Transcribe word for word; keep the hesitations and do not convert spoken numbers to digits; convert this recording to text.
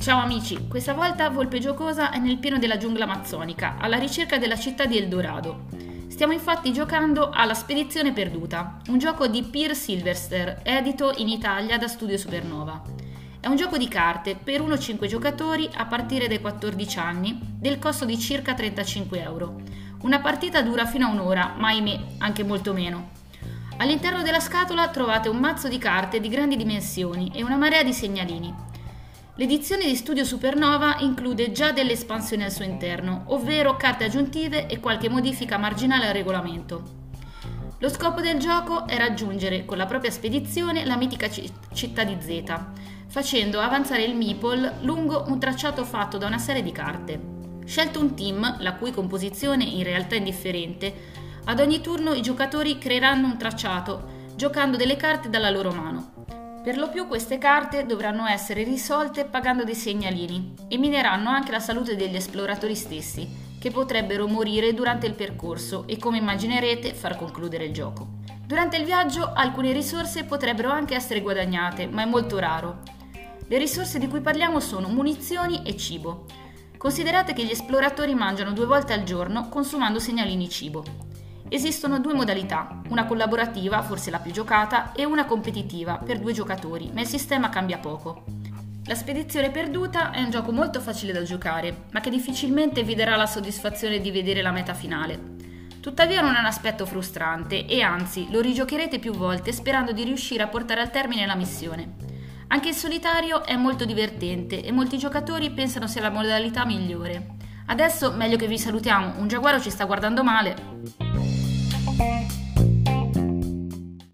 Ciao amici, questa volta Volpe Giocosa è nel pieno della giungla amazzonica, alla ricerca della città di Eldorado. Stiamo infatti giocando alla Spedizione Perduta, un gioco di Peer Silvester, edito in Italia da Studio Supernova. È un gioco di carte per uno a cinque giocatori a partire dai quattordici anni, del costo di circa trentacinque euro. Una partita dura fino a un'ora, ma ahimè, anche molto meno. All'interno della scatola trovate un mazzo di carte di grandi dimensioni e una marea di segnalini. L'edizione di Studio Supernova include già delle espansioni al suo interno, ovvero carte aggiuntive e qualche modifica marginale al regolamento. Lo scopo del gioco è raggiungere con la propria spedizione la mitica c- città di Zeta, facendo avanzare il meeple lungo un tracciato fatto da una serie di carte. Scelto un team, la cui composizione in realtà è indifferente, ad ogni turno i giocatori creeranno un tracciato, giocando delle carte dalla loro mano. Per lo più queste carte dovranno essere risolte pagando dei segnalini e mineranno anche la salute degli esploratori stessi, che potrebbero morire durante il percorso e, come immaginerete, far concludere il gioco. Durante il viaggio alcune risorse potrebbero anche essere guadagnate, ma è molto raro. Le risorse di cui parliamo sono munizioni e cibo. Considerate che gli esploratori mangiano due volte al giorno consumando segnalini cibo. Esistono due modalità, una collaborativa, forse la più giocata, e una competitiva, per due giocatori, ma il sistema cambia poco. La Spedizione Perduta è un gioco molto facile da giocare, ma che difficilmente vi darà la soddisfazione di vedere la meta finale. Tuttavia non è un aspetto frustrante e anzi lo rigiocherete più volte sperando di riuscire a portare al termine la missione. Anche il solitario è molto divertente e molti giocatori pensano sia la modalità migliore. Adesso meglio che vi salutiamo, un giaguaro ci sta guardando male.